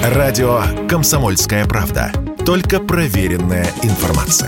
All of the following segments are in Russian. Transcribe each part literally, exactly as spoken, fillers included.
Радио «Комсомольская правда». Только проверенная информация.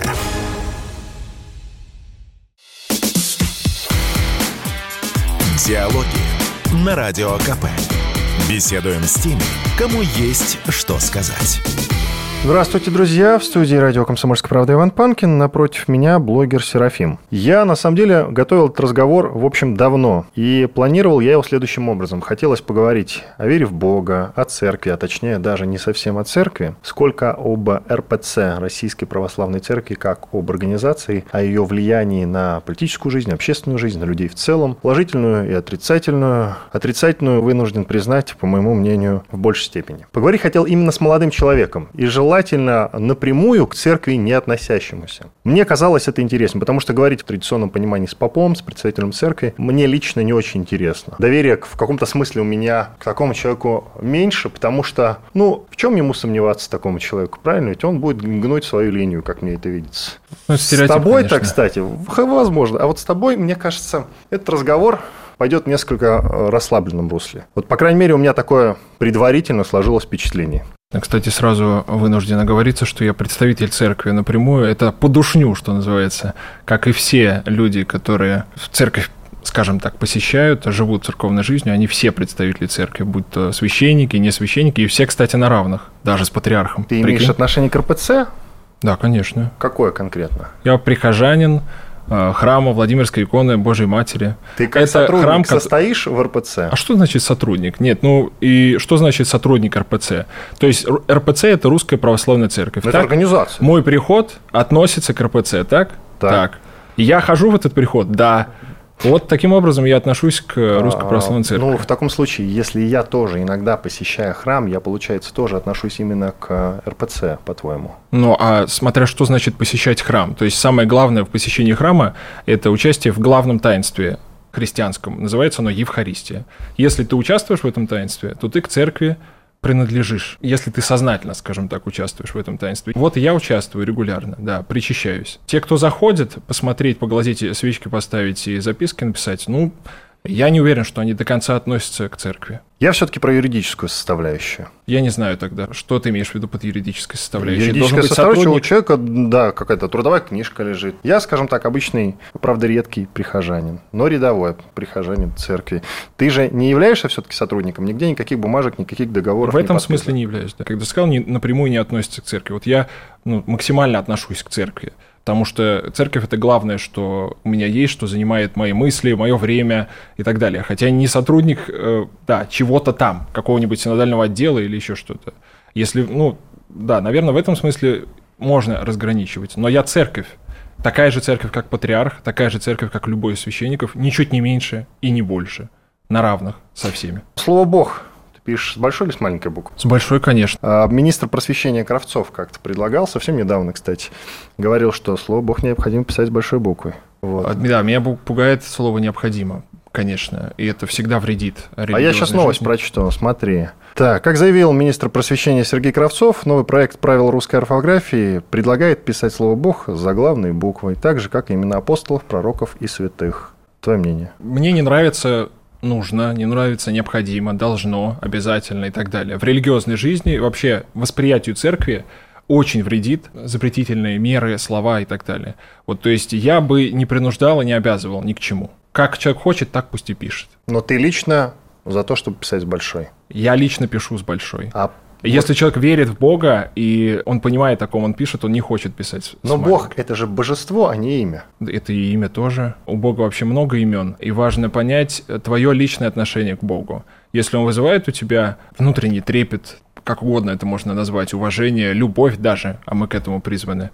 Диалоги на Радио КП. Беседуем с теми, кому есть что сказать. Здравствуйте, друзья! В студии радио «Комсомольская правда» Иван Панкин. Напротив меня блогер Серафим. Я, на самом деле, готовил этот разговор, в общем, давно. И планировал я его следующим образом. Хотелось поговорить о вере в Бога, о церкви, а точнее даже не совсем о церкви, сколько об эр пэ цэ, Российской Православной Церкви, как об организации, о ее влиянии на политическую жизнь, общественную жизнь, на людей в целом, положительную и отрицательную. Отрицательную вынужден признать, по моему мнению, в большей степени. Поговорить хотел именно с молодым человеком. И желательно желательно напрямую к церкви не относящемуся. Мне казалось это интересно, потому что говорить в традиционном понимании с попом, с представителем церкви, мне лично не очень интересно. Доверие в каком-то смысле у меня к такому человеку меньше, потому что, ну, в чем ему сомневаться такому человеку, правильно? Ведь он будет гнуть свою линию, как мне это видится. Ну, это с тобой-то, кстати, возможно. А вот с тобой, мне кажется, этот разговор пойдет в несколько расслабленном русле. Вот, по крайней мере, у меня такое предварительно сложилось впечатление. Кстати, сразу вынужден оговориться, что я представитель церкви напрямую. Это подушню, что называется. Как и все люди, которые в церковь, скажем так, посещают, живут церковной жизнью, они все представители церкви, будь то священники, не священники, и все, кстати, на равных, даже с патриархом. Ты Прикинь? имеешь отношение к эр пэ цэ? Да, конечно. Какое конкретно? Я прихожанин храма Владимирской иконы Божьей Матери. Ты как это сотрудник храм, состоишь в эр пэ цэ? А что значит сотрудник? Нет, ну и что значит сотрудник эр пэ цэ? То есть эр пэ цэ – это Русская Православная Церковь. Это так? Организация. Мой приход относится к эр пэ цэ, так? Так. Так. И я хожу в этот приход? Да. Вот таким образом я отношусь к Русской Православной Церкви. Ну, в таком случае, если я тоже иногда посещаю храм, я, получается, тоже отношусь именно к эр пэ цэ, по-твоему. Ну, а смотря что значит посещать храм. То есть самое главное в посещении храма – это участие в главном таинстве христианском. Называется оно Евхаристия. Если ты участвуешь в этом таинстве, то ты к церкви принадлежишь, если ты сознательно, скажем так, участвуешь в этом таинстве. Вот и я участвую регулярно, да, причащаюсь. Те, кто заходит посмотреть, поглазеть, свечки поставить и записки написать, ну, я не уверен, что они до конца относятся к церкви. Я все-таки про юридическую составляющую. Я не знаю тогда, что ты имеешь в виду под юридической составляющей. Юридическая составляющая сотрудник... у человека, да, какая-то трудовая книжка лежит. Я, скажем так, обычный, правда, редкий прихожанин, но рядовой прихожанин церкви. Ты же не являешься все-таки сотрудником? Нигде никаких бумажек, никаких договоров в этом не смысле не являюсь. Да. Когда сказал, не, напрямую не относится к церкви. Вот я ну, максимально отношусь к церкви. Потому что церковь – это главное, что у меня есть, что занимает мои мысли, мое время и так далее. Хотя я не сотрудник, э, да, чего-то там, какого-нибудь синодального отдела или еще что-то. Если, ну, да, наверное, в этом смысле можно разграничивать. Но я церковь. Такая же церковь, как патриарх, такая же церковь, как любой из священников, ничуть не меньше и не больше. На равных со всеми. Слово «Бог». Пишешь с большой или с маленькой буквы? С большой, конечно. А министр просвещения Кравцов как-то предлагал, совсем недавно, кстати, говорил, что слово «Бог» необходимо писать с большой буквы. Вот. Да, меня пугает слово «необходимо», конечно, и это всегда вредит. А я сейчас новость жизни. прочту, смотри. Так, как заявил министр просвещения Сергей Кравцов, новый проект правил русской орфографии предлагает писать слово «Бог» с заглавной буквой, так же, как и имена апостолов, пророков и святых. Твое мнение? Мне не нравится... нужно, не нравится, необходимо, должно, обязательно и так далее. В религиозной жизни вообще восприятию церкви очень вредит запретительные меры, слова и так далее. Вот, то есть я бы не принуждал и не обязывал ни к чему. Как человек хочет, так пусть и пишет. Но ты лично за то, чтобы писать с большой? Я лично пишу с большой. А Если вот. человек верит в Бога, и он понимает, о ком он пишет, он не хочет писать. Но Бог – это же божество, а не имя. Это и имя тоже. У Бога вообще много имен. И важно понять твое личное отношение к Богу. Если он вызывает у тебя внутренний трепет, как угодно это можно назвать, уважение, любовь даже, а мы к этому призваны,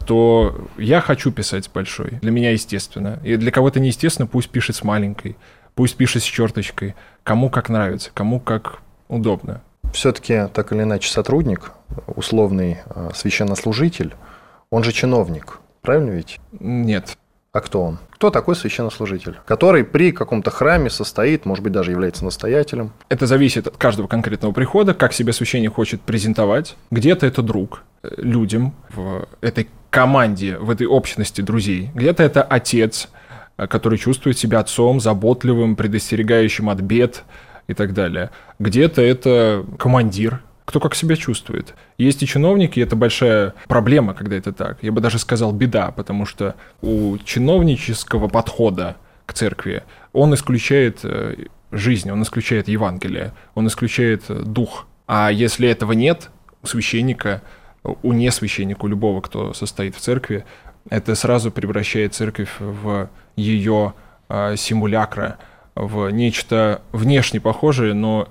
то я хочу писать с большой. Для меня естественно. И для кого-то неестественно, пусть пишет с маленькой, пусть пишет с черточкой. Кому как нравится, кому как удобно. Все-таки, так или иначе, сотрудник, условный священнослужитель, он же чиновник, правильно ведь? Нет. А кто он? Кто такой священнослужитель, который при каком-то храме состоит, может быть, даже является настоятелем? Это зависит от каждого конкретного прихода, как себя священник хочет презентовать. Где-то это друг людям в этой команде, в этой общности друзей. Где-то это отец, который чувствует себя отцом, заботливым, предостерегающим от бед и так далее. Где-то это командир, кто как себя чувствует. Есть и чиновники, и это большая проблема, когда это так. Я бы даже сказал беда, потому что у чиновнического подхода к церкви он исключает жизнь, он исключает Евангелие, он исключает дух. А если этого нет у священника, у несвященника, у любого, кто состоит в церкви, это сразу превращает церковь в ее э, симулякра, в нечто внешне похожее, но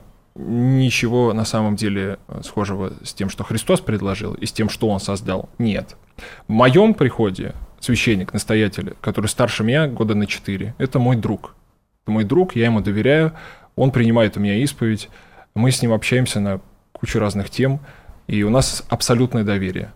ничего на самом деле схожего с тем, что Христос предложил, и с тем, что Он создал, нет. В моем приходе священник, настоятель, который старше меня года на четыре, это мой друг. Это мой друг, я ему доверяю, он принимает у меня исповедь, мы с ним общаемся на кучу разных тем, и у нас абсолютное доверие.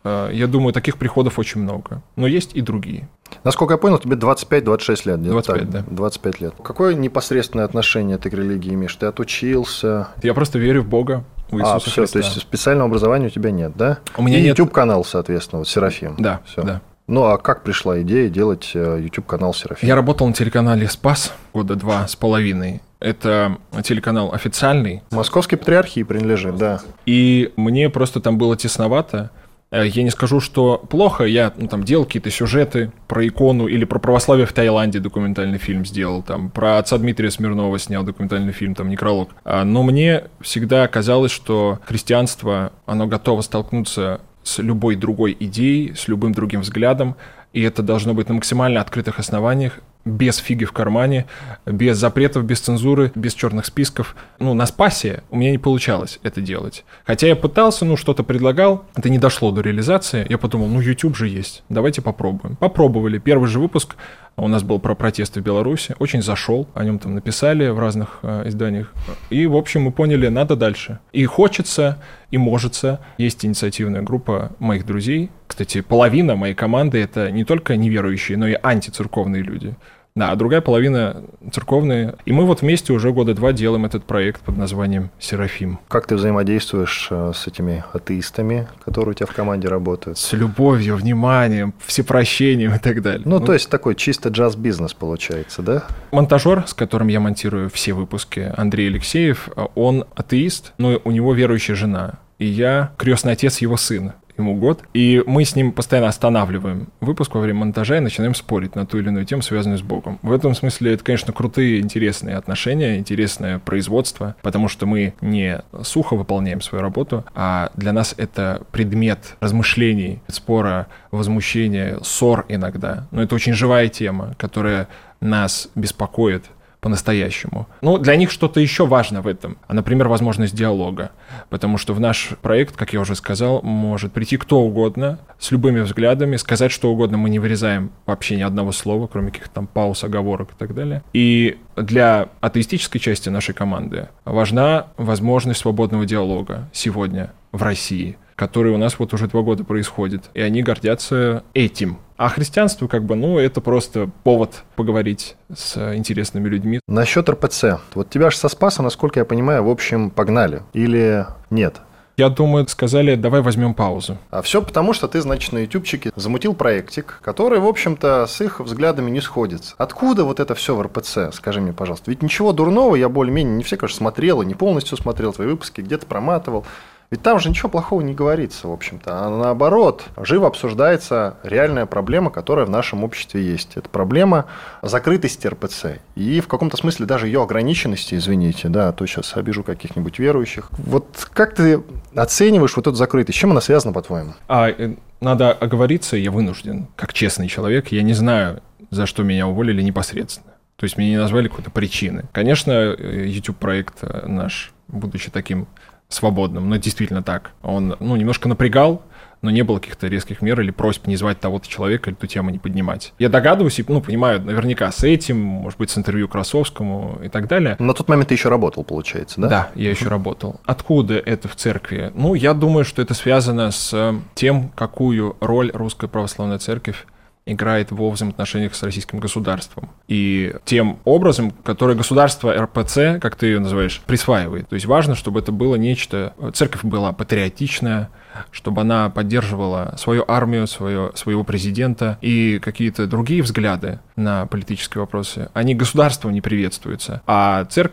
Я думаю, таких приходов очень много, но есть и другие. Насколько я понял, тебе двадцать пять - двадцать шесть лет. двадцать пять, так, да. двадцать пять лет. Какое непосредственное отношение ты к религии имеешь? Ты отучился? Я просто верю в Бога, в Иисуса а, все, Христа. то есть специального образования у тебя нет, да? У меня и нет. YouTube-канал, соответственно, вот Серафим. Да, все. да. Ну, а как пришла идея делать YouTube-канал Серафим? Я работал на телеканале «Спас» года два с половиной. Это телеканал официальный. Московской патриархии принадлежит, да. И мне просто там было тесновато. Я не скажу, что плохо, я ну, там делал какие-то сюжеты про икону или про православие в Таиланде документальный фильм сделал, там про отца Дмитрия Смирнова снял документальный фильм, там некролог. Но мне всегда казалось, что христианство, оно готово столкнуться с любой другой идеей, с любым другим взглядом, и это должно быть на максимально открытых основаниях, без фиги в кармане, без запретов, без цензуры, без черных списков. Ну, на Спасе у меня не получалось это делать. Хотя я пытался, ну, что-то предлагал, это не дошло до реализации. Я подумал, ну, YouTube же есть, давайте попробуем. Попробовали. Первый же выпуск у нас был про протесты в Беларуси, очень зашел, о нем там написали в разных э, изданиях. И, в общем, мы поняли, надо дальше. И хочется, и можется. Есть инициативная группа моих друзей. Кстати, половина моей команды — это не только неверующие, но и антицерковные люди. Да, а другая половина церковные. И мы вот вместе уже года два делаем этот проект под названием «Серафим». Как ты взаимодействуешь с этими атеистами, которые у тебя в команде работают? С любовью, вниманием, всепрощением и так далее. Ну, ну то есть такой чисто джаз-бизнес получается, да? Монтажер, с которым я монтирую все выпуски, Андрей Алексеев, он атеист, но у него верующая жена. И я крестный отец его сына. Ему год, и мы с ним постоянно останавливаем выпуск во время монтажа и начинаем спорить на ту или иную тему, связанную с Богом. В этом смысле это, конечно, крутые, интересные отношения, интересное производство, потому что мы не сухо выполняем свою работу, а для нас это предмет размышлений, спора, возмущения, ссор иногда. Но это очень живая тема, которая нас беспокоит по-настоящему. Ну, для них что-то еще важно в этом, а, например, возможность диалога, потому что в наш проект, как я уже сказал, может прийти кто угодно, с любыми взглядами, сказать что угодно, мы не вырезаем вообще ни одного слова, кроме каких-то там пауз, оговорок и так далее. И для атеистической части нашей команды важна возможность свободного диалога сегодня в России, который у нас вот уже два года происходит, и они гордятся этим. А христианство, как бы, ну, это просто повод поговорить с интересными людьми. Насчет эр пэ цэ. Вот тебя же со Спаса, насколько я понимаю, в общем, погнали. Или нет? Я думаю, сказали, давай возьмем паузу. А все потому, что ты, значит, на ютубчике замутил проектик, который, в общем-то, с их взглядами не сходится. Откуда вот это все в эр пэ цэ, скажи мне, пожалуйста? Ведь ничего дурного, я более-менее не все, конечно, смотрел, и не полностью смотрел твои выпуски, где-то проматывал. Ведь там же ничего плохого не говорится, в общем-то. А наоборот, живо обсуждается реальная проблема, которая в нашем обществе есть. Это проблема закрытости эр пэ цэ. И в каком-то смысле даже ее ограниченности, извините, да, а то сейчас обижу каких-нибудь верующих. Вот как ты оцениваешь вот эту закрытость? С чем она связана, по-твоему? А, надо оговориться, я вынужден, как честный человек. Я не знаю, за что меня уволили непосредственно. То есть меня не назвали какой-то причины. Конечно, YouTube-проект наш, будучи таким свободным, но действительно так. Он, ну, немножко напрягал, но не было каких-то резких мер или просьб не звать того-то человека или ту тему не поднимать. Я догадываюсь и, ну, понимаю, наверняка с этим, может быть, с интервью Красовскому и так далее. На тот момент ты еще работал, получается, да? Да, я еще работал. Откуда это в церкви? Ну, я думаю, что это связано с тем, какую роль Русская Православная Церковь играет во взаимоотношениях с российским государством. И тем образом, который государство эр пэ цэ, как ты ее называешь, присваивает. То есть важно, чтобы это было нечто... Церковь была патриотичная, чтобы она поддерживала свою армию, свое, своего президента и какие-то другие взгляды на политические вопросы. Они государством не приветствуются. А церкви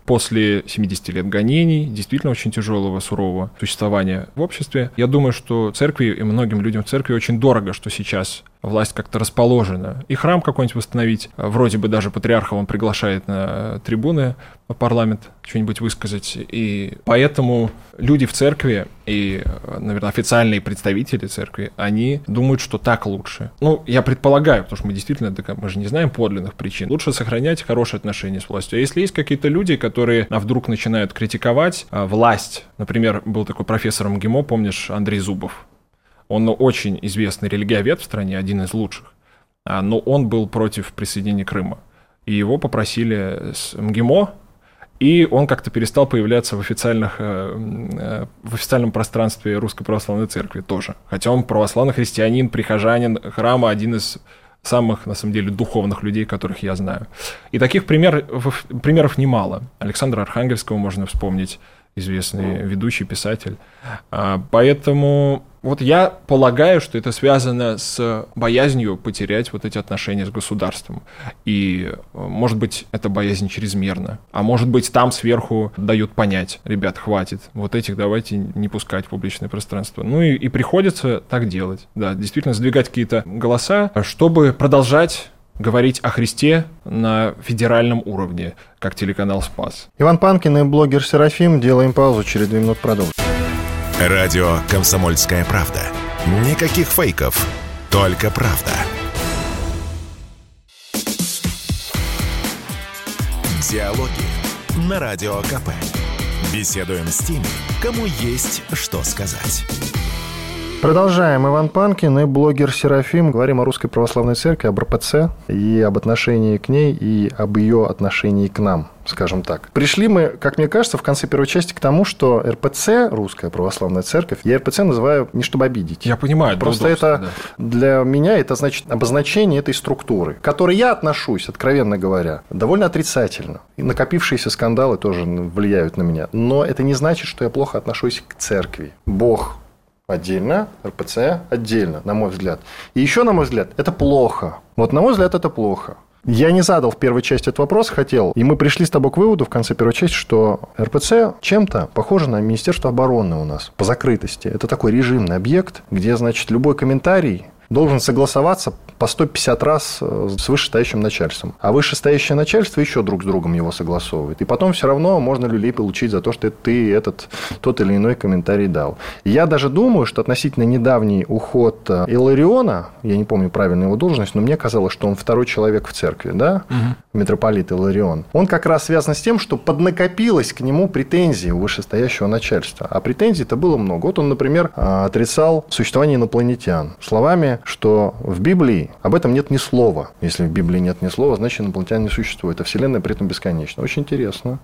после семидесяти лет гонений, действительно очень тяжелого, сурового существования в обществе. Я думаю, что церкви и многим людям в церкви очень дорого, что сейчас власть как-то расположена. И храм какой-нибудь восстановить. Вроде бы даже патриарха он приглашает на трибуны в парламент что-нибудь высказать. И поэтому люди в церкви и, наверное, официальные представители церкви, они думают, что так лучше. Ну, я предполагаю, потому что мы действительно, мы же не знаем подлинных причин. Лучше сохранять хорошие отношения с властью. А если есть какие-то люди, которые вдруг начинают критиковать власть, например, был такой профессор МГИМО, помнишь, Андрей Зубов. Он очень известный религиовед в стране, один из лучших, но он был против присоединения Крыма. И его попросили с МГИМО, и он как-то перестал появляться в, официальных, в официальном пространстве Русской Православной Церкви тоже. Хотя он православный христианин, прихожанин храма, один из самых, на самом деле, духовных людей, которых я знаю. И таких примеров, примеров немало. Александра Архангельского можно вспомнить, известный ведущий, писатель. Поэтому вот я полагаю, что это связано с боязнью потерять вот эти отношения с государством. И, может быть, эта боязнь чрезмерна. А может быть, там сверху дают понять: ребят, хватит, вот этих давайте не пускать в публичное пространство. Ну и, и приходится так делать. Да, действительно, сдвигать какие-то голоса, чтобы продолжать говорить о Христе на федеральном уровне, как телеканал «Спас». Иван Панкин и блогер Серафим. Делаем паузу, через две минуты продолжим. Радио «Комсомольская правда». Никаких фейков, только правда. Диалоги на Радио КП. Беседуем с теми, кому есть что сказать. Продолжаем. Иван Панкин и блогер Серафим. Говорим о Русской Православной Церкви, об эр пэ цэ и об отношении к ней, и об ее отношении к нам, скажем так. Пришли мы, как мне кажется, в конце первой части к тому, что эр пэ цэ, Русская Православная Церковь, я эр пэ цэ называю не чтобы обидеть. Я понимаю. Просто это да. Для меня это значит обозначение этой структуры, к которой я отношусь, откровенно говоря, довольно отрицательно. И накопившиеся скандалы тоже влияют на меня. Но это не значит, что я плохо отношусь к церкви. Бог отдельно, эр пэ цэ отдельно, на мой взгляд. И еще, на мой взгляд, это плохо. Вот, на мой взгляд, это плохо. Я не задал в первой части этот вопрос, хотел. И мы пришли с тобой к выводу в конце первой части, что эр пэ цэ чем-то похоже на Министерство обороны у нас по закрытости. Это такой режимный объект, где, значит, любой комментарий должен согласоваться по сто пятьдесят раз с вышестоящим начальством. А вышестоящее начальство еще друг с другом его согласовывает. И потом все равно можно люлей получить за то, что ты этот, тот или иной комментарий дал. Я даже думаю, что относительно недавний уход Иллариона, я не помню правильную его должность, но мне казалось, что он второй человек в церкви, да, угу. Митрополит Илларион. Он как раз связан с тем, что поднакопилось к нему претензии у вышестоящего начальства. А претензий-то было много. Вот он, например, отрицал существование инопланетян словами, что в Библии об этом нет ни слова. Если в Библии нет ни слова, значит, инопланетян не существует. А Вселенная при этом бесконечна. Очень интересно.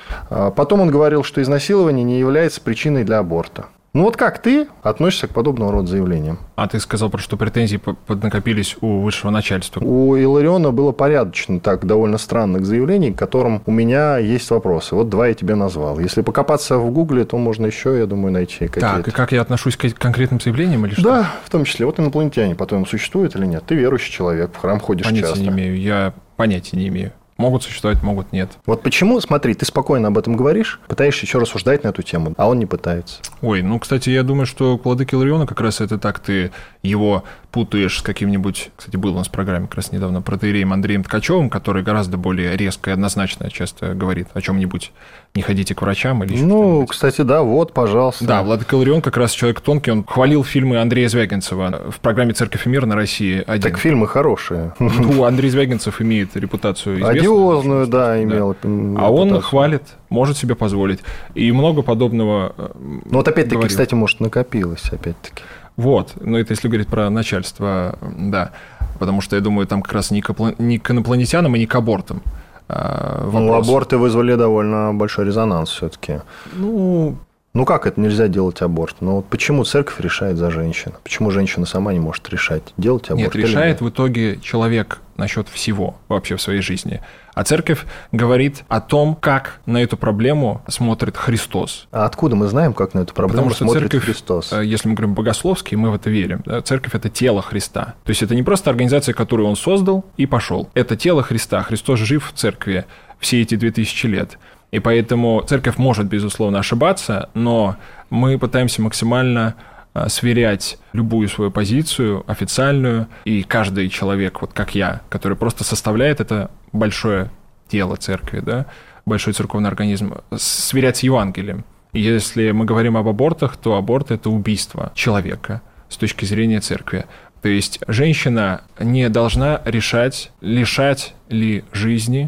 Потом он говорил, что изнасилование не является причиной для аборта. Ну вот как ты относишься к подобного рода заявлениям? А ты сказал, что претензии поднакопились у высшего начальства. У Иллариона было порядочно так довольно странных заявлений, к которым у меня есть вопросы. Вот два я тебе назвал. Если покопаться в Гугле, то можно еще, я думаю, найти какие-то. Так, и как я отношусь к конкретным заявлениям или что? Да, в том числе. Вот инопланетяне, по-твоему, существуют или нет? Ты верующий человек, в храм ходишь понятия часто. Понятия не имею. Я понятия не имею. Могут существовать, могут нет. Вот почему, смотри, ты спокойно об этом говоришь, пытаешься еще рассуждать на эту тему, а он не пытается. Ой, ну, кстати, я думаю, что к владыке Иллариону как раз это так, ты его путаешь с каким-нибудь... Кстати, был у нас в программе как раз недавно протоиереем Андреем Ткачевым, который гораздо более резко и однозначно часто говорит о чем-нибудь. Не ходите к врачам или еще Ну, что-нибудь. Кстати, да, вот, пожалуйста. Да, владыка Илларион как раз человек тонкий, он хвалил фильмы Андрея Звягинцева в программе «Церковь и мир» на России один. Так фильмы хорошие. Ну, Андрей Звягинцев имеет репутацию известную. Одиозную, да, имел. Да. А он хвалит, может себе позволить. И много подобного. Ну, вот опять-таки, говорил. Кстати, может, накопилось, опять-таки. Вот, но это если говорить про начальство, да. Потому что, я думаю, там как раз не к инопланетянам и не к абортам. Ну, аборты вызвали довольно большой резонанс все-таки. Ну... Ну, как это нельзя делать аборт? Ну, вот почему церковь решает за женщин? Почему женщина сама не может решать, делать аборт? Нет, решает в итоге человек насчет всего вообще в своей жизни. А церковь говорит о том, как на эту проблему смотрит Христос. А откуда мы знаем, как на эту проблему Потому что смотрит церковь, Христос? Если мы говорим богословски, мы в это верим. Да? Церковь – это тело Христа. То есть это не просто организация, которую он создал и пошел. Это тело Христа. Христос жив в церкви все эти две тысячи лет. И поэтому церковь может, безусловно, ошибаться, но мы пытаемся максимально сверять любую свою позицию официальную, и каждый человек, вот как я, который просто составляет это большое тело церкви, да, большой церковный организм, сверять с Евангелием. И если мы говорим об абортах, то аборт – это убийство человека с точки зрения церкви. То есть женщина не должна решать, лишать ли жизни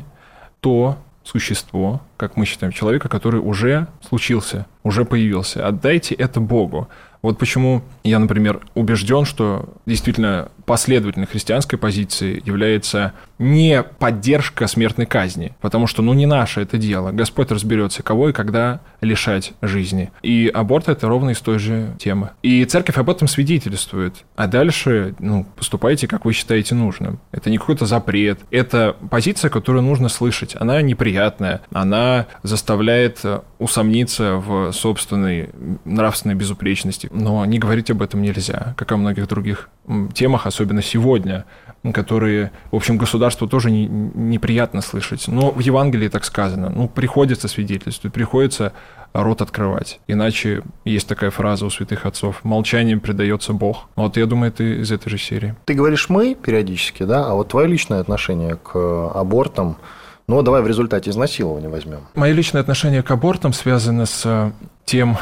то существо, как мы считаем, человека, который уже случился, уже появился. Отдайте это Богу. Вот почему я, например, убежден, что действительно последовательной христианской позицией является не поддержка смертной казни, потому что, ну, не наше это дело. Господь разберется, кого и когда лишать жизни. И аборт – это ровно из той же темы. И церковь об этом свидетельствует. А дальше, ну, поступайте, как вы считаете нужным. Это не какой-то запрет. Это позиция, которую нужно слышать. Она неприятная. Она заставляет усомниться в собственной нравственной безупречности. Но не говорить об этом нельзя, как о многих других темах, особенно сегодня, которые, в общем, государству тоже не, неприятно слышать. Но в Евангелии так сказано. Ну, приходится свидетельствовать, приходится рот открывать. Иначе есть такая фраза у святых отцов: молчанием предается Бог. Вот я думаю, это из этой же серии. Ты говоришь «мы» периодически, да? А вот твое личное отношение к абортам, ну, давай в результате изнасилования возьмем. Мое личное отношение к абортам связано с тем,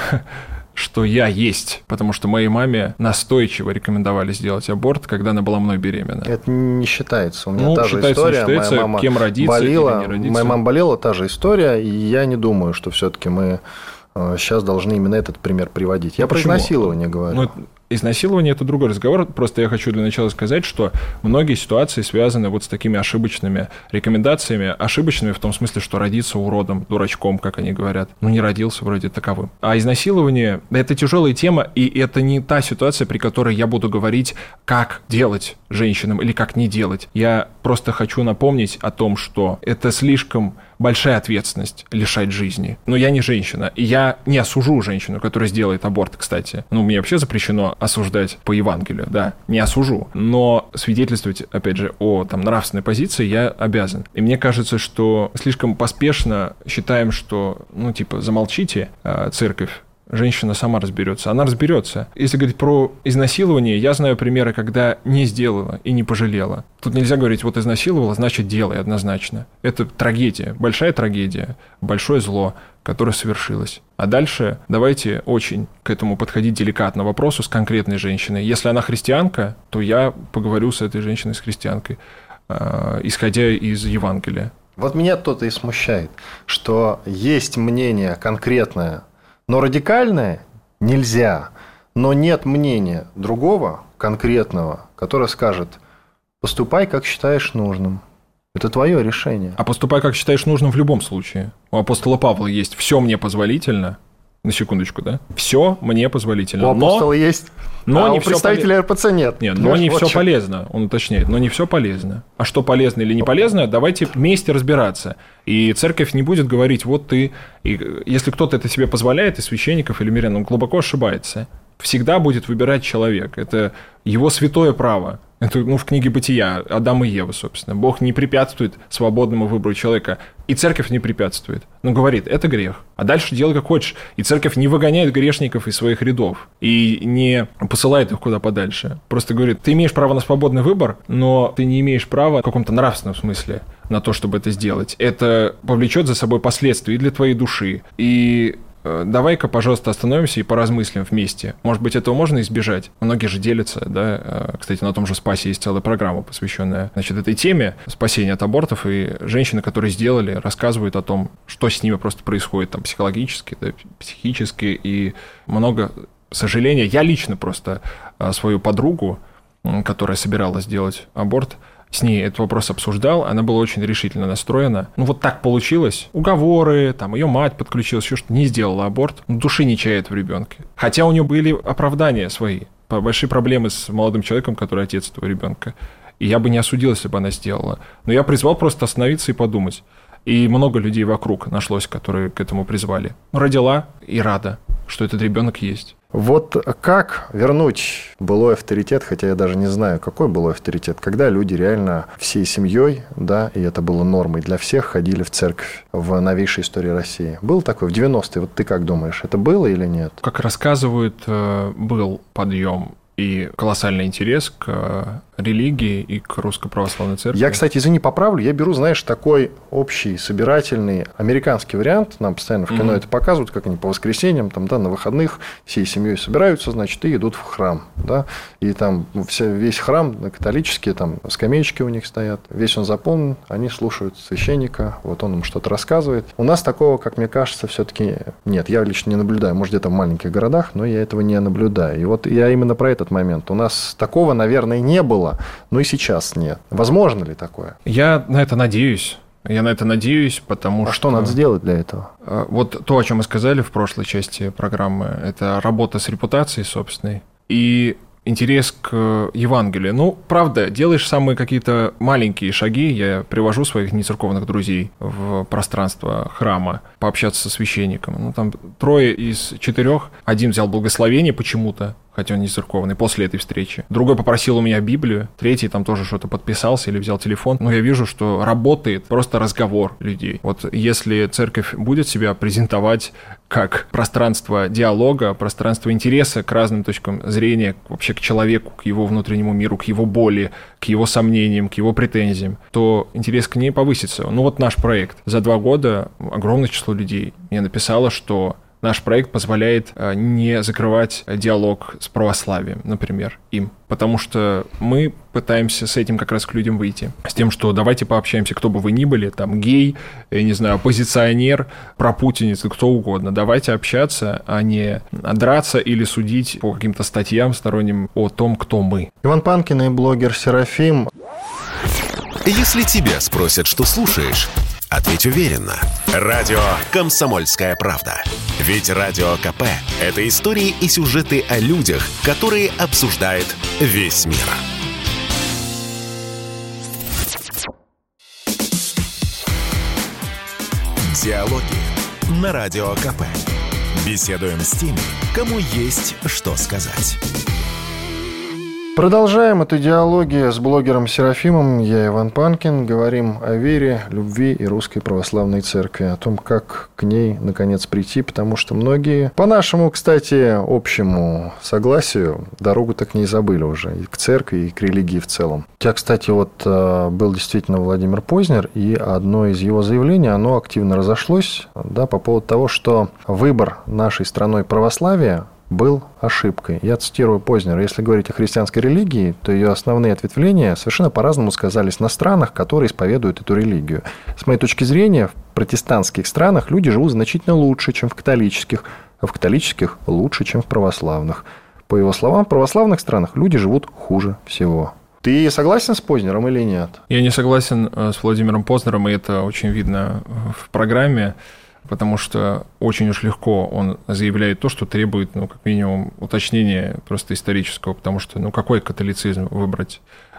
что я есть, потому что моей маме настойчиво рекомендовали сделать аборт, когда она была мной беременна. Это не считается. У меня ну, та же история. Считается, моя мама кем родиться болела, или не родиться. Моя мама болела, та же история, и я не думаю, что все-таки мы сейчас должны именно этот пример приводить. Я ну, про почему? Изнасилование говорю. Ну, изнасилование – это другой разговор. Просто я хочу для начала сказать, что многие ситуации связаны вот с такими ошибочными рекомендациями. Ошибочными в том смысле, что родиться уродом, дурачком, как они говорят. Ну, не родился вроде таковым. А изнасилование – это тяжелая тема, и это не та ситуация, при которой я буду говорить, как делать женщинам или как не делать. Я просто хочу напомнить о том, что это слишком большая ответственность лишать жизни. Но я не женщина, и я не осужу женщину, которая сделает аборт, кстати. Ну, мне вообще запрещено осуждать по Евангелию, да, не осужу. Но свидетельствовать, опять же, о там, нравственной позиции я обязан. И мне кажется, что слишком поспешно считаем, что, ну, типа, замолчите, церковь, женщина сама разберется. Она разберется. Если говорить про изнасилование, я знаю примеры, когда не сделала и не пожалела. Тут нельзя говорить, вот изнасиловала, значит, делай однозначно. Это трагедия, большая трагедия, большое зло, которое совершилось. А дальше давайте очень к этому подходить деликатно вопросу с конкретной женщиной. Если она христианка, то я поговорю с этой женщиной, с христианкой, исходя из Евангелия. Вот меня то-то и смущает, что есть мнение конкретное, но радикальное нельзя, но нет мнения другого, конкретного, которое скажет: поступай, как считаешь нужным. Это твое решение. А поступай, как считаешь нужным в любом случае. У апостола Павла есть «все мне позволительно». На секундочку, да? Все мне позволительно. У апостола но... есть, но а не у представителя эр пэ цэ нет. Нет, но не все полезно, он уточняет, но не все полезно. А что полезно или не полезно, давайте вместе разбираться. И церковь не будет говорить: вот ты... И если кто-то это себе позволяет, из священников или мирян, он глубоко ошибается. Всегда будет выбирать человек. Это его святое право. Это, ну, в книге «Бытия» Адам и Ева, собственно. Бог не препятствует свободному выбору человека. И церковь не препятствует. Но говорит, это грех. А дальше делай как хочешь. И церковь не выгоняет грешников из своих рядов. И не посылает их куда подальше. Просто говорит, ты имеешь право на свободный выбор, но ты не имеешь права в каком-то нравственном смысле на то, чтобы это сделать. Это повлечет за собой последствия и для твоей души. И... давай-ка, пожалуйста, остановимся и поразмыслим вместе. Может быть, этого можно избежать? Многие же делятся, да. Кстати, на том же Спасе есть целая программа, посвященная, значит, этой теме спасения от абортов, и женщины, которые сделали, рассказывают о том, что с ними просто происходит там психологически, да, психически, и много сожаления. Я лично просто свою подругу, которая собиралась сделать аборт, с ней этот вопрос обсуждал, она была очень решительно настроена. Ну, вот так получилось. Уговоры, там, ее мать подключилась, еще что-то, не сделала аборт. Ну, души не чает в ребенке. Хотя у нее были оправдания свои. Большие проблемы с молодым человеком, который отец этого ребенка. И я бы не осудил, если бы она сделала. Но я призвал просто остановиться и подумать. И много людей вокруг нашлось, которые к этому призвали. Родила и рада. что этот ребенок есть. Вот как вернуть былой авторитет, хотя я даже не знаю, какой былой авторитет, когда люди реально всей семьей, да, и это было нормой для всех, ходили в церковь в новейшей истории России. Был такой в девяностые, вот ты как думаешь, это было или нет? Как рассказывают, был подъем и колоссальный интерес к религии и к Русской Православной Церкви. Я, кстати, извини, поправлю, я беру, знаешь, такой общий, собирательный американский вариант, нам постоянно в кино mm-hmm. это показывают, как они по воскресеньям, там, да, на выходных всей семьей собираются, значит, и идут в храм, да, и там вся, весь храм католический, там скамеечки у них стоят, весь он заполнен, они слушают священника, вот он им что-то рассказывает. У нас такого, как мне кажется, все-таки нет, я лично не наблюдаю, может, где-то в маленьких городах, но я этого не наблюдаю. И вот я именно про этот момент. У нас такого, наверное, не было. Но и сейчас нет. Возможно ли такое? Я на это надеюсь. Я на это надеюсь, потому а что... что надо сделать для этого? Вот то, о чем мы сказали в прошлой части программы, это работа с репутацией собственной и интерес к Евангелию. Ну, правда, делаешь самые какие-то маленькие шаги. Я привожу своих нецерковных друзей в пространство храма пообщаться со священником. Ну, там трое из четырех. Один взял благословение почему-то, хотя он не церковный, после этой встречи. Другой попросил у меня Библию, третий там тоже что-то подписался или взял телефон. Но я вижу, что работает просто разговор людей. Вот если церковь будет себя презентовать как пространство диалога, пространство интереса к разным точкам зрения, вообще к человеку, к его внутреннему миру, к его боли, к его сомнениям, к его претензиям, то интерес к ней повысится. Ну вот наш проект. За два года огромное число людей мне написало, что наш проект позволяет не закрывать диалог с православием, например, им. Потому что мы пытаемся с этим как раз к людям выйти. С тем, что давайте пообщаемся, кто бы вы ни были, там гей, я не знаю, оппозиционер, пропутинец, кто угодно. Давайте общаться, а не драться или судить по каким-то статьям сторонним о том, кто мы. Иван Панкин и блогер Серафим. Если тебя спросят, что слушаешь, ответь уверенно. Радио «Комсомольская правда». Ведь Радио КП – это истории и сюжеты о людях, которые обсуждает весь мир. Диалоги на Радио КП. Беседуем с теми, кому есть что сказать. Продолжаем эту диалоги с блогером Серафимом. Я Иван Панкин. Говорим о вере, любви и Русской Православной Церкви. О том, как к ней, наконец, прийти. Потому что многие, по нашему, кстати, общему согласию, дорогу-то к ней забыли уже. И к церкви, и к религии в целом. У тебя, кстати, вот был действительно Владимир Познер. И одно из его заявлений, оно активно разошлось, да, по поводу того, что выбор нашей страной православия был ошибкой. Я цитирую Познера. Если говорить о христианской религии, то ее основные ответвления совершенно по-разному сказались на странах, которые исповедуют эту религию. С моей точки зрения, в протестантских странах люди живут значительно лучше, чем в католических, а в католических лучше, чем в православных. По его словам, в православных странах люди живут хуже всего. Ты согласен с Познером или нет? Я не согласен с Владимиром Познером, и это очень видно в программе. Потому что очень уж легко он заявляет то, что требует, ну, как минимум, уточнения просто исторического, потому что, ну, какой католицизм выбрать,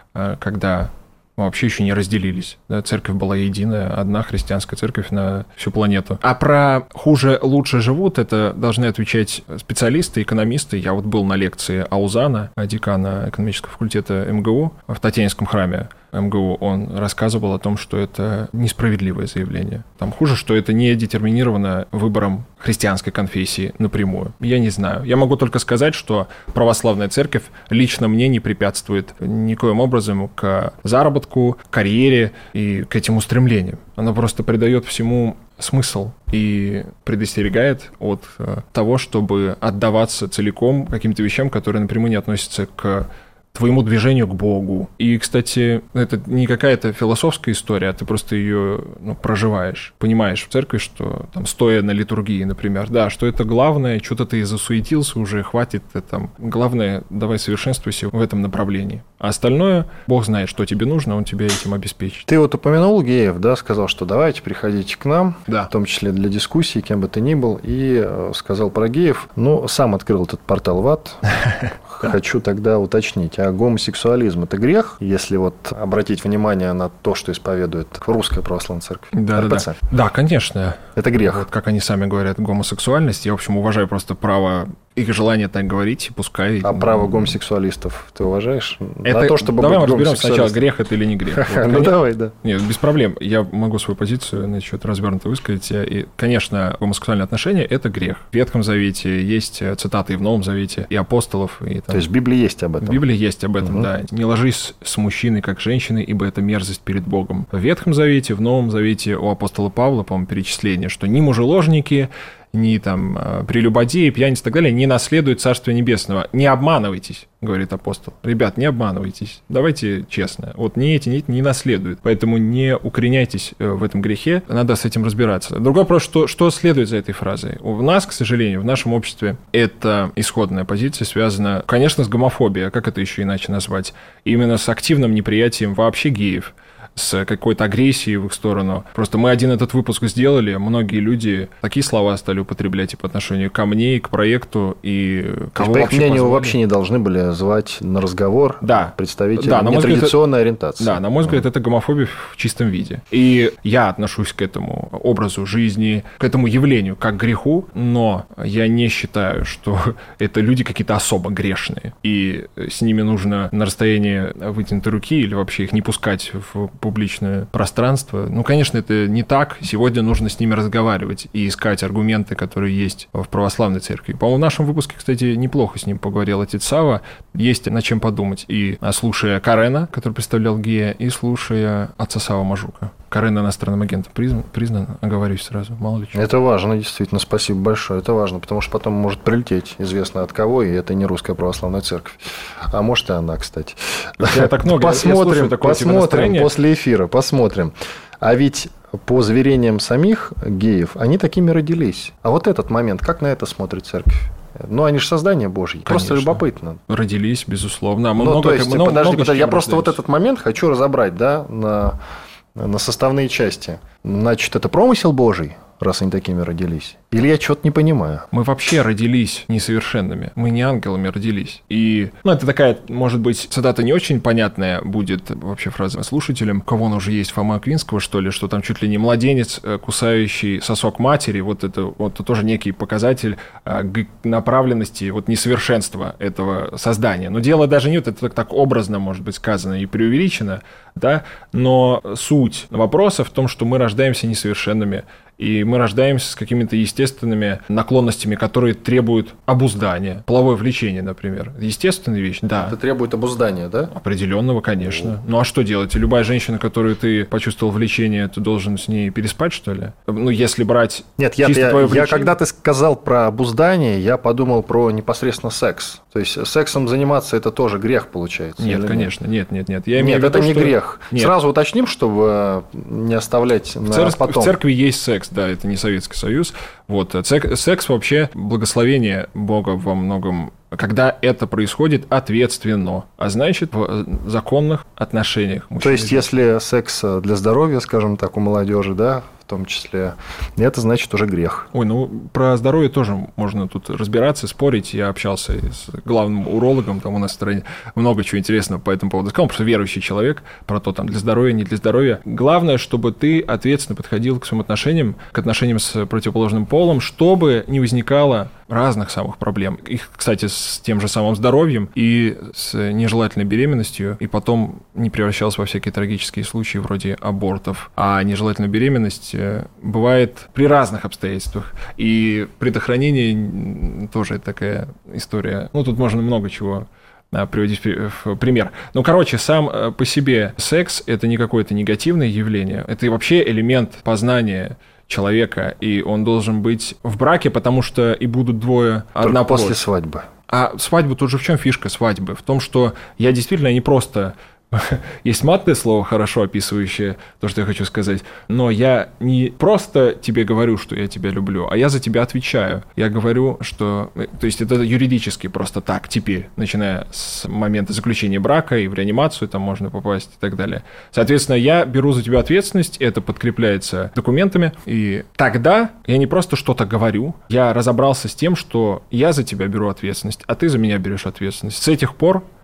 когда мы вообще еще не разделились. Да? Церковь была единая, одна христианская церковь на всю планету. А про хуже, лучше живут, это должны отвечать специалисты, экономисты. Я вот был на лекции Аузана, декана экономического факультета МГУ в Татьянинском храме МГУ. Он рассказывал о том, что это несправедливое заявление. Там хуже, что это не детерминировано выбором христианской конфессии напрямую. Я не знаю. Я могу только сказать, что православная церковь лично мне не препятствует никоим образом к заработку, карьере и к этим устремлениям. Она просто придает всему смысл и предостерегает от того, чтобы отдаваться целиком каким-то вещам, которые напрямую не относятся к твоему движению к Богу. И, кстати, это не какая-то философская история, а ты просто ее, ну, проживаешь. Понимаешь в церкви, что там, стоя на литургии, например, да, что это главное, что-то ты засуетился уже, хватит, там, главное, давай совершенствуйся в этом направлении. А остальное, Бог знает, что тебе нужно, Он тебя этим обеспечит. Ты вот упомянул геев, да, сказал, что давайте приходите к нам, да, в том числе для дискуссии, кем бы ты ни был, и сказал про геев. Ну, сам открыл этот портал в ад. Хочу тогда уточнить, а гомосексуализм – это грех, если вот обратить внимание на то, что исповедует Русская Православная Церковь? Да, да, да. Да, конечно. Это грех. Вот как они сами говорят, гомосексуальность. Я, в общем, уважаю просто право, их желание так говорить, пускай. А право гомосексуалистов ты уважаешь? Это... На то, чтобы давай быть мы разберем сначала, грех это или не грех. Вот, ну, давай, да. Нет, без проблем. Я могу свою позицию насчет развернуто высказать. И, конечно, гомосексуальные отношения – это грех. В Ветхом Завете есть цитаты и в Новом Завете, и апостолов. И, там... То есть в Библии есть об этом? В Библии есть об этом, угу. да. «Не ложись с мужчиной, как женщиной, ибо это мерзость перед Богом». В Ветхом Завете, в Новом Завете у апостола Павла, по-моему, перечисление, что ни мужеложники, ни там прелюбодеи, пьяницы и так далее не наследуют Царствия Небесного. Не обманывайтесь, говорит апостол. Ребят, не обманывайтесь. Давайте честно. Вот ни эти, ни эти не наследуют. Поэтому не укореняйтесь в этом грехе. Надо с этим разбираться. Другой вопрос, что, что следует за этой фразой? У нас, к сожалению, в нашем обществе эта исходная позиция связана, конечно, с гомофобией. А как это еще иначе назвать? Именно с активным неприятием вообще геев, с какой-то агрессией в их сторону. Просто мы один этот выпуск сделали, многие люди такие слова стали употреблять и по отношению ко мне, и к проекту, и кого по их вообще мнению, позвали. вообще не должны были звать на разговор да. представителей да, нетрадиционной ориентации. Да, на мой взгляд, это гомофобия в чистом виде. И я отношусь к этому образу жизни, к этому явлению как к греху, но я не считаю, что это люди какие-то особо грешные, и с ними нужно на расстоянии вытянутой руки или вообще их не пускать в публичное пространство. Ну, конечно, это не так. Сегодня нужно с ними разговаривать и искать аргументы, которые есть в православной церкви. По-моему, в нашем выпуске, кстати, неплохо с ним поговорил отец Сава. Есть над чем подумать. И слушая Карена, который представлял гея, и слушая отца Сава Мажука. Карен иностранным агентом признан, признан, оговорюсь сразу, мало ли что. Это важно, действительно, спасибо большое. Это важно, потому что потом может прилететь известно от кого, и это не Русская Православная Церковь. А может и она, кстати. Я так много, посмотрим, я посмотрим после эфира, посмотрим. А ведь по заверениям самих геев, они такими родились. А вот этот момент, как на это смотрит церковь? Ну, они же создание Божье. Конечно. Просто любопытно. Родились, безусловно. Мы ну, много, то есть, много, подожди, много подожди, я просто рождаемся. вот этот момент хочу разобрать, да, на, на составные части. Значит, это промысел Божий, раз они такими родились? Или я что-то не понимаю? Мы вообще родились несовершенными. Мы не ангелами родились. И, ну, это такая, может быть, цитата не очень понятная будет вообще фраза слушателям. У кого он уже есть, Фома Аквинского, что ли, что там чуть ли не младенец, кусающий сосок матери. Вот это, вот это тоже некий показатель направленности, вот несовершенства этого создания. Но дело даже не вот это так образно, может быть, сказано и преувеличено, да, но суть вопроса в том, что мы рождаемся несовершенными, и мы рождаемся с какими-то естественными наклонностями, которые требуют обуздания. Половое влечение, например. Естественная вещь, да. Это требует обуздания, да? Определенного, конечно. Ну а что делать? Любая женщина, которую ты почувствовал влечение, ты должен с ней переспать, что ли? Ну, если брать Нет, я, чисто я, твое я, влечение... когда ты сказал про обуздание, я подумал про непосредственно секс. То есть сексом заниматься – это тоже грех, получается? Нет, конечно. Нет, нет, нет. Я нет, это виду, не что... грех. Нет. Сразу уточним, чтобы не оставлять в на церкви, потом. В церкви есть секс, да, это не Советский Союз. Вот. Секс вообще благословение Бога во многом, когда это происходит ответственно, а значит, в законных отношениях. То есть, если секс для здоровья, скажем так, у молодежи, да, в том числе, это значит уже грех. Ой, ну про здоровье тоже можно тут разбираться, спорить. Я общался с главным урологом, там у нас в стране много чего интересного по этому поводу сказал, он просто верующий человек, про то, там, для здоровья, не для здоровья. Главное, чтобы ты ответственно подходил к своим отношениям, к отношениям с противоположным полом, чтобы не возникало разных самых проблем. Их, кстати, с тем же самым здоровьем и с нежелательной беременностью, и потом не превращалось во всякие трагические случаи вроде абортов. А нежелательная беременность бывает при разных обстоятельствах. И предохранение тоже такая история. Ну, тут можно много чего приводить в пример. Ну, короче, сам по себе секс – это не какое-то негативное явление. Это вообще элемент познания человека, и он должен быть в браке, потому что и будут двое однополых. Только после свадьбы. А свадьба, тут же в чем фишка свадьбы? В том, что я действительно не просто... Есть матное слово, хорошо описывающее то, что я хочу сказать, но я не просто тебе говорю, что я тебя люблю, а я за тебя отвечаю. Я говорю, что... То есть это юридически просто так теперь, начиная с момента заключения брака, и в реанимацию там можно попасть и так далее. Соответственно, я беру за тебя ответственность, это подкрепляется документами, и тогда я не просто что-то говорю, я разобрался с тем, что я за тебя беру ответственность, а ты за меня берешь ответственность. С этих пор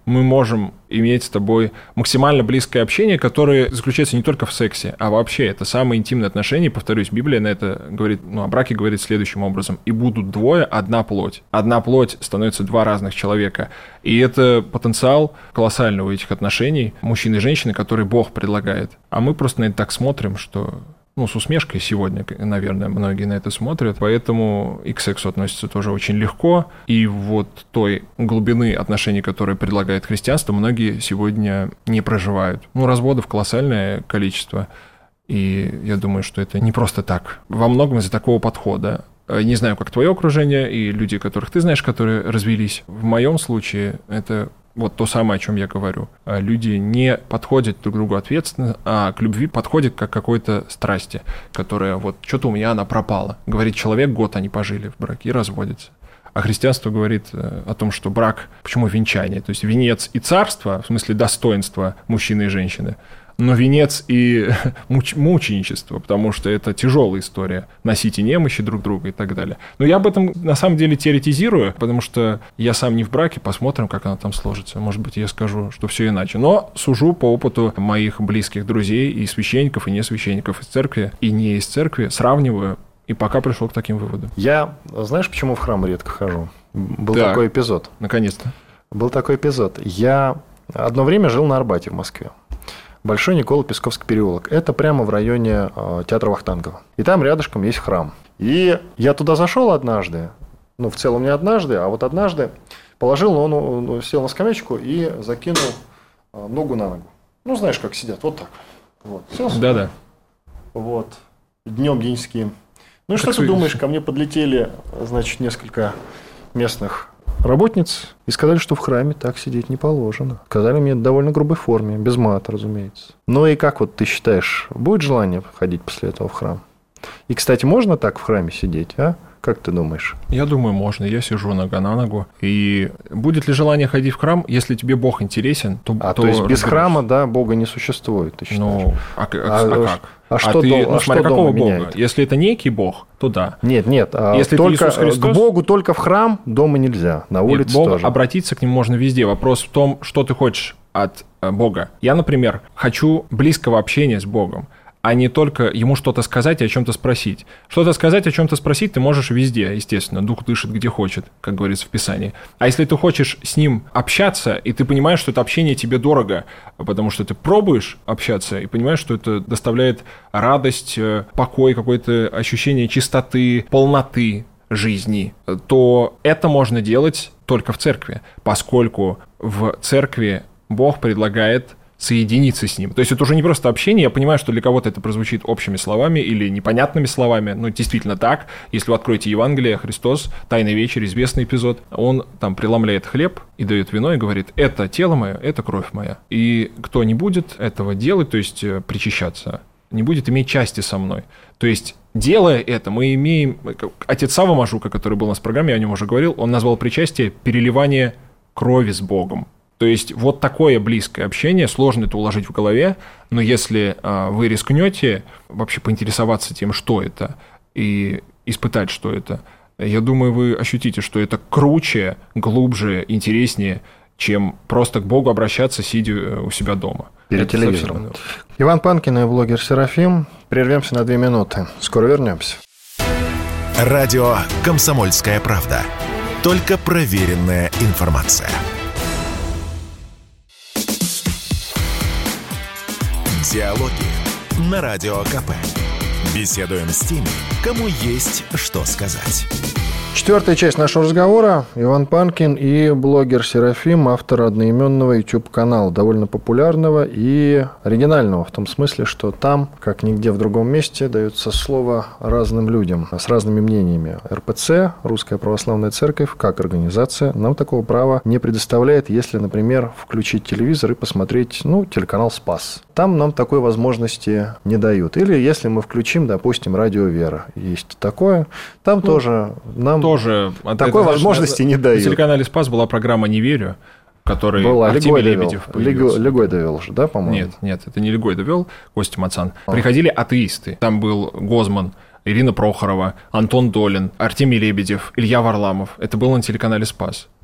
мы можем иметь с тобой максимально близкое общение, которое заключается не только в сексе, а вообще это самые интимные отношения. Повторюсь, Библия на это говорит, ну, о браке говорит следующим образом. «И будут двое, одна плоть». Одна плоть становится два разных человека. И это потенциал колоссальный у этих отношений мужчины и женщины, который Бог предлагает. А мы просто на это так смотрим, что... Ну, с усмешкой сегодня, наверное, многие на это смотрят, поэтому и к сексу относятся тоже очень легко, и вот той глубины отношений, которые предлагает христианство, многие сегодня не проживают. Ну, разводов колоссальное количество, и я думаю, что это не просто так. Во многом из-за такого подхода. Не знаю, как твое окружение и люди, которых ты знаешь, которые развелись. В моем случае это... Вот то самое, о чем я говорю. Люди не подходят друг к другу ответственно, а к любви подходят как к какой-то страсти, которая вот что-то у меня она пропала. Говорит человек, год они пожили в браке и разводятся. А христианство говорит о том, что брак, почему венчание? То есть венец и царство, в смысле достоинства мужчины и женщины, но венец и муч- мученичество, потому что это тяжелая история, носить и немощи друг друга и так далее. Но я об этом на самом деле теоретизирую, потому что я сам не в браке, посмотрим, как оно там сложится. Может быть, я скажу, что все иначе. Но сужу по опыту моих близких друзей и священников, и не священников из церкви, и не из церкви, сравниваю, и пока пришел к таким выводам. Я, знаешь, почему в храм редко хожу? Был так, такой эпизод. Наконец-то. Был такой эпизод. Я одно время жил на Арбате в Москве. Большой Николо-Песковский переулок. Это прямо в районе э, театра Вахтангова. И там рядышком есть храм. И я туда зашел однажды, ну, в целом не однажды, а вот однажды положил, он, он сел на скамеечку и закинул э, ногу на ногу. Ну, знаешь, как сидят, вот так. Вот. Да-да. Вот. Днем деньским. Ну, и что ты думаешь, ко мне подлетели, значит, несколько местных работниц и сказали, что в храме так сидеть не положено. Сказали мне в довольно грубой форме, без мата, разумеется. Ну и как вот ты считаешь, будет желание ходить после этого в храм? И, кстати, можно так в храме сидеть, а? Как ты думаешь? Я думаю, можно. Я сижу нога на ногу. И будет ли желание ходить в храм, если тебе Бог интересен, то... А то, то есть без разберешь. храма, да, Бога не существует, ты считаешь? Ну, а, а, а, а как? А, а что, ты, дом, ну, а смотря что какого дома Бога? меняет? Если это некий Бог, то да. Нет, нет. Если только, это Иисус Христос, к Богу только в храм, дома нельзя. На улице нет, Бог, тоже. Обратиться к нему можно везде. Вопрос в том, что ты хочешь от Бога. Я, например, хочу близкого общения с Богом, а не только ему что-то сказать и о чем-то спросить. Что-то сказать, о чем-то спросить ты можешь везде, естественно. Дух дышит где хочет, как говорится в Писании. А если ты хочешь с ним общаться, и ты понимаешь, что это общение тебе дорого, потому что ты пробуешь общаться и понимаешь, что это доставляет радость, покой, какое-то ощущение чистоты, полноты жизни, то это можно делать только в церкви, поскольку в церкви Бог предлагает соединиться с ним. То есть это уже не просто общение, я понимаю, что для кого-то это прозвучит общими словами или непонятными словами, но действительно так. Если вы откроете Евангелие, Христос, Тайная вечеря, известный эпизод, он там преломляет хлеб и дает вино и говорит: это тело мое, это кровь моя. И кто не будет этого делать, то есть причащаться, не будет иметь части со мной. То есть, делая это, мы имеем... Отец Савва Мажука, который был у нас в программе, я о нем уже говорил, он назвал причастие переливание крови с Богом. То есть вот такое близкое общение, сложно это уложить в голове, но если а, вы рискнете вообще поинтересоваться тем, что это, и испытать, что это, я думаю, вы ощутите, что это круче, глубже, интереснее, чем просто к Богу обращаться, сидя у себя дома. Перед это телевизором. совсем... Иван Панкин и блогер Серафим. Прервемся на две минуты. Скоро вернемся. Радио «Комсомольская правда». Только проверенная информация. Диалоги на Радио КП. Беседуем с теми, кому есть что сказать. Четвертая часть нашего разговора. Иван Панкин и блогер Серафим, автор одноименного YouTube-канала, довольно популярного и оригинального, в том смысле, что там, как нигде в другом месте, дается слово разным людям с разными мнениями. эр пэ цэ, Русская Православная Церковь, как организация, нам такого права не предоставляет, если, например, включить телевизор и посмотреть, ну, телеканал «Спас». Там нам такой возможности не дают. Или если мы включим, допустим, «Радио Вера», есть такое, там ну, тоже нам тоже такой это, возможности знаешь, не дают. На телеканале «Спас» была программа «Не верю», в которой была, Артемий Легой Лебедев довел. появился. Легой довел же, да, по-моему? Нет, нет, это не Легой довел, Костя Мацан. А. Приходили атеисты. Там был Гозман, Ирина Прохорова, Антон Долин, Артемий Лебедев, Илья Варламов. Это было на телеканале «Спас».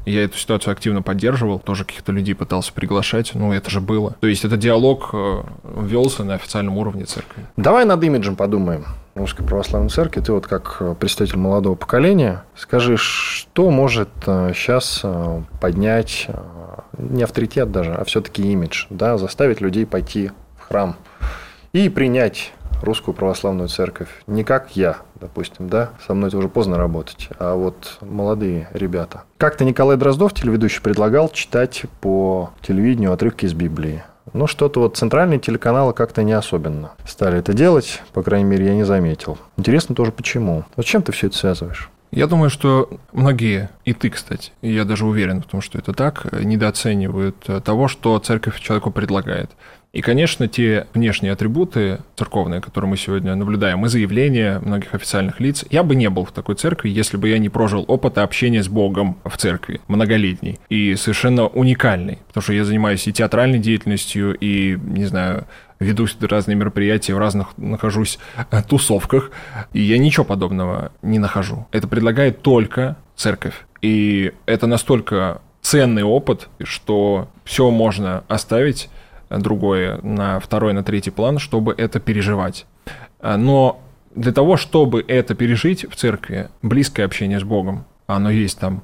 Я эту ситуацию активно поддерживал, тоже каких-то людей пытался приглашать, ну, это же было. То есть этот диалог велся на официальном уровне церкви. Давай над имиджем подумаем Русской Православной Церкви. Ты вот как представитель молодого поколения, скажи, что может сейчас поднять не авторитет даже, а все-таки имидж, да, заставить людей пойти в храм и принять Русскую Православную Церковь не как я, допустим, да, со мной это уже поздно работать, а вот молодые ребята. Как-то Николай Дроздов, телеведущий, предлагал читать по телевидению отрывки из Библии. Но что-то вот центральные телеканалы как-то не особенно стали это делать, по крайней мере, я не заметил. Интересно тоже, почему. Вот с чем ты все это связываешь? Я думаю, что многие, и ты, кстати, и я даже уверен в том, что это так, недооценивают того, что церковь человеку предлагает. И, конечно, те внешние атрибуты церковные, которые мы сегодня наблюдаем, и заявления многих официальных лиц, я бы не был в такой церкви, если бы я не прожил опыта общения с Богом в церкви, многолетний и совершенно уникальный, потому что я занимаюсь и театральной деятельностью, и, не знаю, веду разные мероприятия, в разных нахожусь тусовках, и я ничего подобного не нахожу. Это предлагает только церковь. И это настолько ценный опыт, что все можно оставить другое на второй, на третий план, чтобы это переживать. Но для того, чтобы это пережить в церкви, близкое общение с Богом, оно есть там,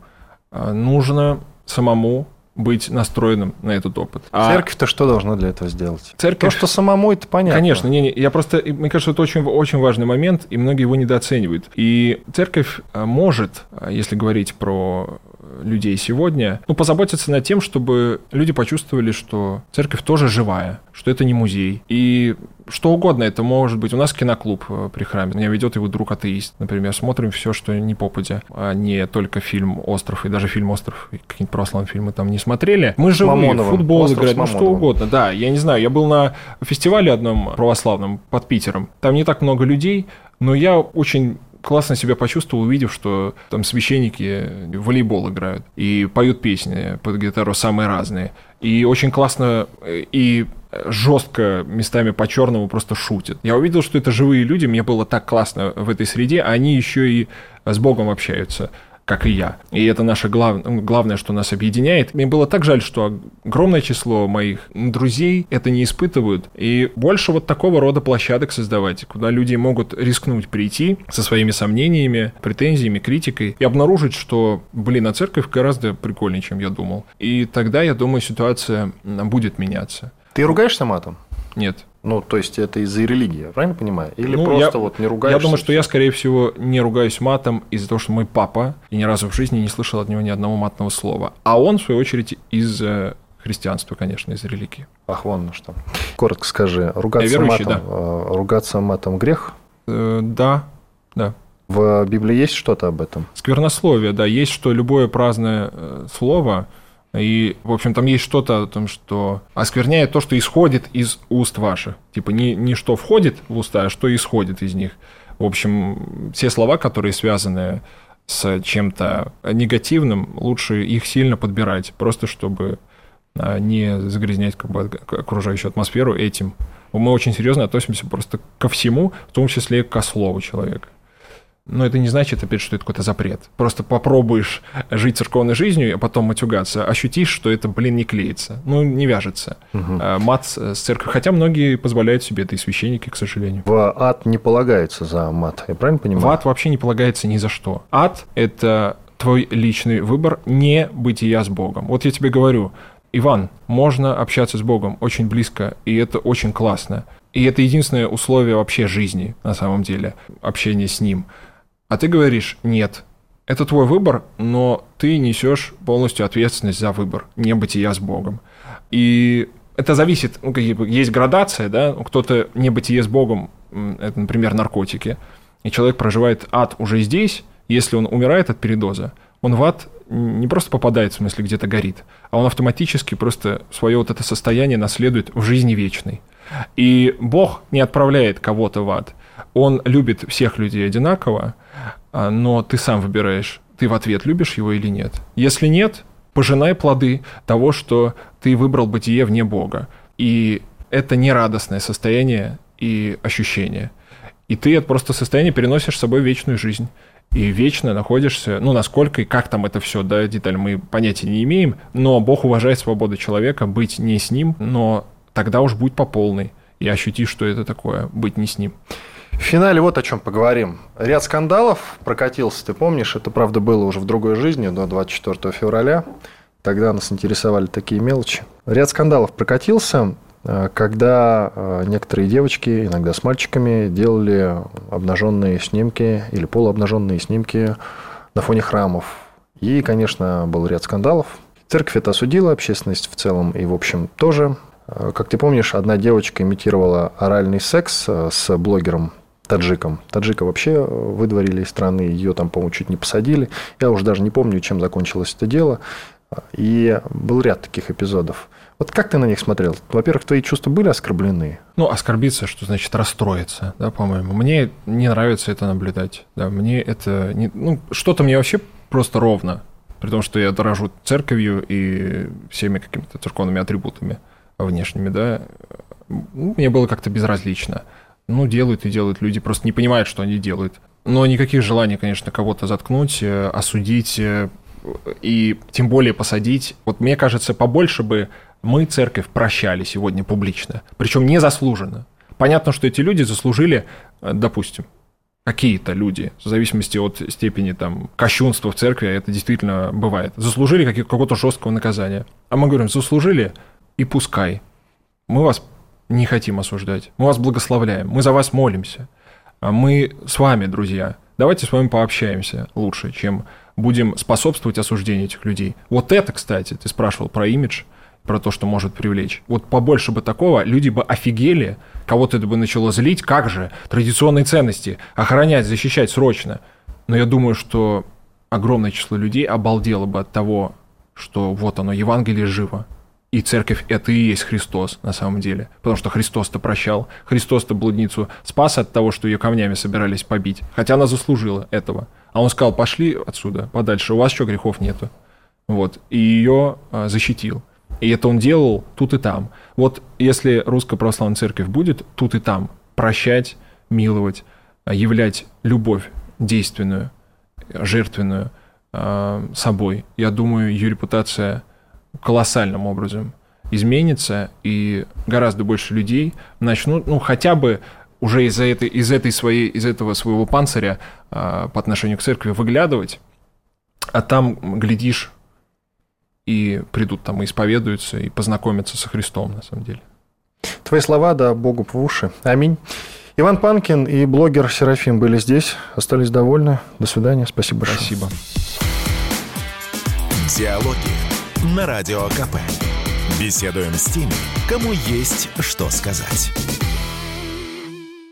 нужно самому быть настроенным на этот опыт. А церковь-то что должна для этого сделать? Церковь... То, что самому, это понятно. Конечно, не, не, я просто, мне кажется, это очень, очень важный момент, и многие его недооценивают. И церковь может, если говорить про людей сегодня, ну, позаботиться над тем, чтобы люди почувствовали, что церковь тоже живая, что это не музей. И что угодно это может быть. У нас киноклуб при храме. Меня ведет его друг атеист. Например, смотрим все, что не попадя, а не только фильм «Остров», и даже фильм «Остров», какие-нибудь православные фильмы там не смотрели. Мы живые, футбол играть, ну что угодно. Да, я не знаю, я был на фестивале одном православном под Питером. Там не так много людей, но я очень классно себя почувствовал, увидев, что там священники в волейбол играют и поют песни под гитару самые разные. И очень классно и жестко местами по-черному просто шутят. Я увидел, что это живые люди, мне было так классно в этой среде, а они еще и с Богом общаются, как и я. И это наше глав... главное, что нас объединяет. Мне было так жаль, что огромное число моих друзей это не испытывают. И больше вот такого рода площадок создавать, куда люди могут рискнуть прийти со своими сомнениями, претензиями, критикой и обнаружить, что, блин, а церковь гораздо прикольнее, чем я думал. И тогда, я думаю, ситуация будет меняться. Ты ругаешься матом? Нет. Ну, то есть, это из-за религии, правильно понимаю? Или ну, просто я, вот не ругаешься? Я думаю, что я, скорее всего, не ругаюсь матом из-за того, что мой папа, и ни разу в жизни не слышал от него ни одного матного слова. А он, в свою очередь, из христианства, конечно, из религии. Ах, вон на что. Коротко скажи, ругаться верующий, матом, да. ругаться матом грех? Э, да, да. В Библии есть что-то об этом? Сквернословие, да. Есть, что любое праздное слово... И, в общем, там есть что-то о том, что оскверняет то, что исходит из уст ваших. Типа не, не что входит в уста, а что исходит из них. В общем, все слова, которые связаны с чем-то негативным, лучше их сильно подбирать, просто чтобы не загрязнять как бы окружающую атмосферу этим. Мы очень серьезно относимся просто ко всему, в том числе и ко слову человека. Но это не значит, опять, что это какой-то запрет. Просто попробуешь жить церковной жизнью, а потом матюгаться, ощутишь, что это, блин, не клеится. Ну, не вяжется. Угу. Мат с церковью. Хотя многие позволяют себе это, и священники, к сожалению. В ад не полагается за мат, я правильно понимаю? В ад вообще не полагается ни за что. Ад – это твой личный выбор не бытия с Богом. Вот я тебе говорю, Иван, можно общаться с Богом очень близко, и это очень классно. И это единственное условие вообще жизни, на самом деле, общение с Ним. А ты говоришь, нет, это твой выбор, но ты несешь полностью ответственность за выбор, не бытия с Богом. И это зависит, ну, есть градация, да, кто-то не бытие с Богом, это, например, наркотики, и человек проживает ад уже здесь, если он умирает от передоза, он в ад не просто попадает, в смысле где-то горит, а он автоматически просто свое вот это состояние наследует в жизни вечной. И Бог не отправляет кого-то в ад. Он любит всех людей одинаково, но ты сам выбираешь, ты в ответ любишь его или нет. Если нет, пожинай плоды того, что ты выбрал бытие вне Бога. И это нерадостное состояние и ощущение. И ты это просто состояние переносишь с собой в вечную жизнь. и вечно находишься, ну, насколько и как там это все, да, деталь мы понятия не имеем, но Бог уважает свободу человека быть не с ним, но тогда уж будь по полной и ощути, что это такое, быть не с ним. В финале вот о чем поговорим. Ряд скандалов прокатился, ты помнишь, это, правда, было уже в другой жизни, до двадцать четвёртого февраля, тогда нас интересовали такие мелочи. Ряд скандалов прокатился, когда некоторые девочки, иногда с мальчиками, делали обнаженные снимки или полуобнаженные снимки на фоне храмов. И, конечно, был ряд скандалов. Церковь это осудила, общественность в целом и, в общем, тоже. Как ты помнишь, одна девочка имитировала оральный секс с блогером таджиком. Таджика вообще выдворили из страны, ее там, по-моему, чуть не посадили. Я уже даже не помню, чем закончилось это дело. И был ряд таких эпизодов. Вот как ты на них смотрел? Во-первых, твои чувства были оскорблены? Ну, оскорбиться, что значит расстроиться, да, по-моему. Мне не нравится это наблюдать. Да, мне это... Не... Ну, что-то мне вообще просто ровно. При том, что я дорожу церковью и всеми какими-то церковными атрибутами внешними, да. Мне было как-то безразлично. Ну, делают и делают. Люди просто не понимают, что они делают. Но никаких желаний, конечно, кого-то заткнуть, осудить и тем более посадить. Вот мне кажется, побольше бы мы, церковь, прощали сегодня публично. Причем незаслуженно. Понятно, что эти люди заслужили, допустим, какие-то люди, в зависимости от степени там, кощунства в церкви, это действительно бывает, заслужили какого-то жесткого наказания. А мы говорим, заслужили, и пускай. Мы вас не хотим осуждать. Мы вас благословляем. Мы за вас молимся. Мы с вами, друзья. Давайте с вами пообщаемся лучше, чем будем способствовать осуждению этих людей. Вот это, кстати, ты спрашивал про имидж, про то, что может привлечь. Вот побольше бы такого, люди бы офигели, кого-то это бы начало злить. Как же? Традиционные ценности охранять, защищать срочно. Но я думаю, что огромное число людей обалдело бы от того, что вот оно, Евангелие живо. И церковь – это и есть Христос на самом деле. Потому что Христос-то прощал. Христос-то блудницу спас от того, что ее камнями собирались побить. Хотя она заслужила этого. А он сказал, пошли отсюда, подальше, у вас что, грехов нету. Вот. И ее а, защитил. И это он делал тут и там. Вот если Русская Православная Церковь будет тут и там прощать, миловать, являть любовь действенную, жертвенную а, собой, я думаю, ее репутация колоссальным образом изменится, и гораздо больше людей начнут, ну, хотя бы уже из-за этой, из этой своей, из этого своего панциря а, по отношению к церкви выглядывать, а там, глядишь, и придут там и исповедуются, и познакомятся со Христом, на самом деле. Твои слова, да, Богу в уши. Аминь. Иван Панкин и блогер Серафим были здесь, остались довольны. До свидания, спасибо большое. Спасибо. Диалоги на Радио КП. Беседуем с теми, кому есть что сказать.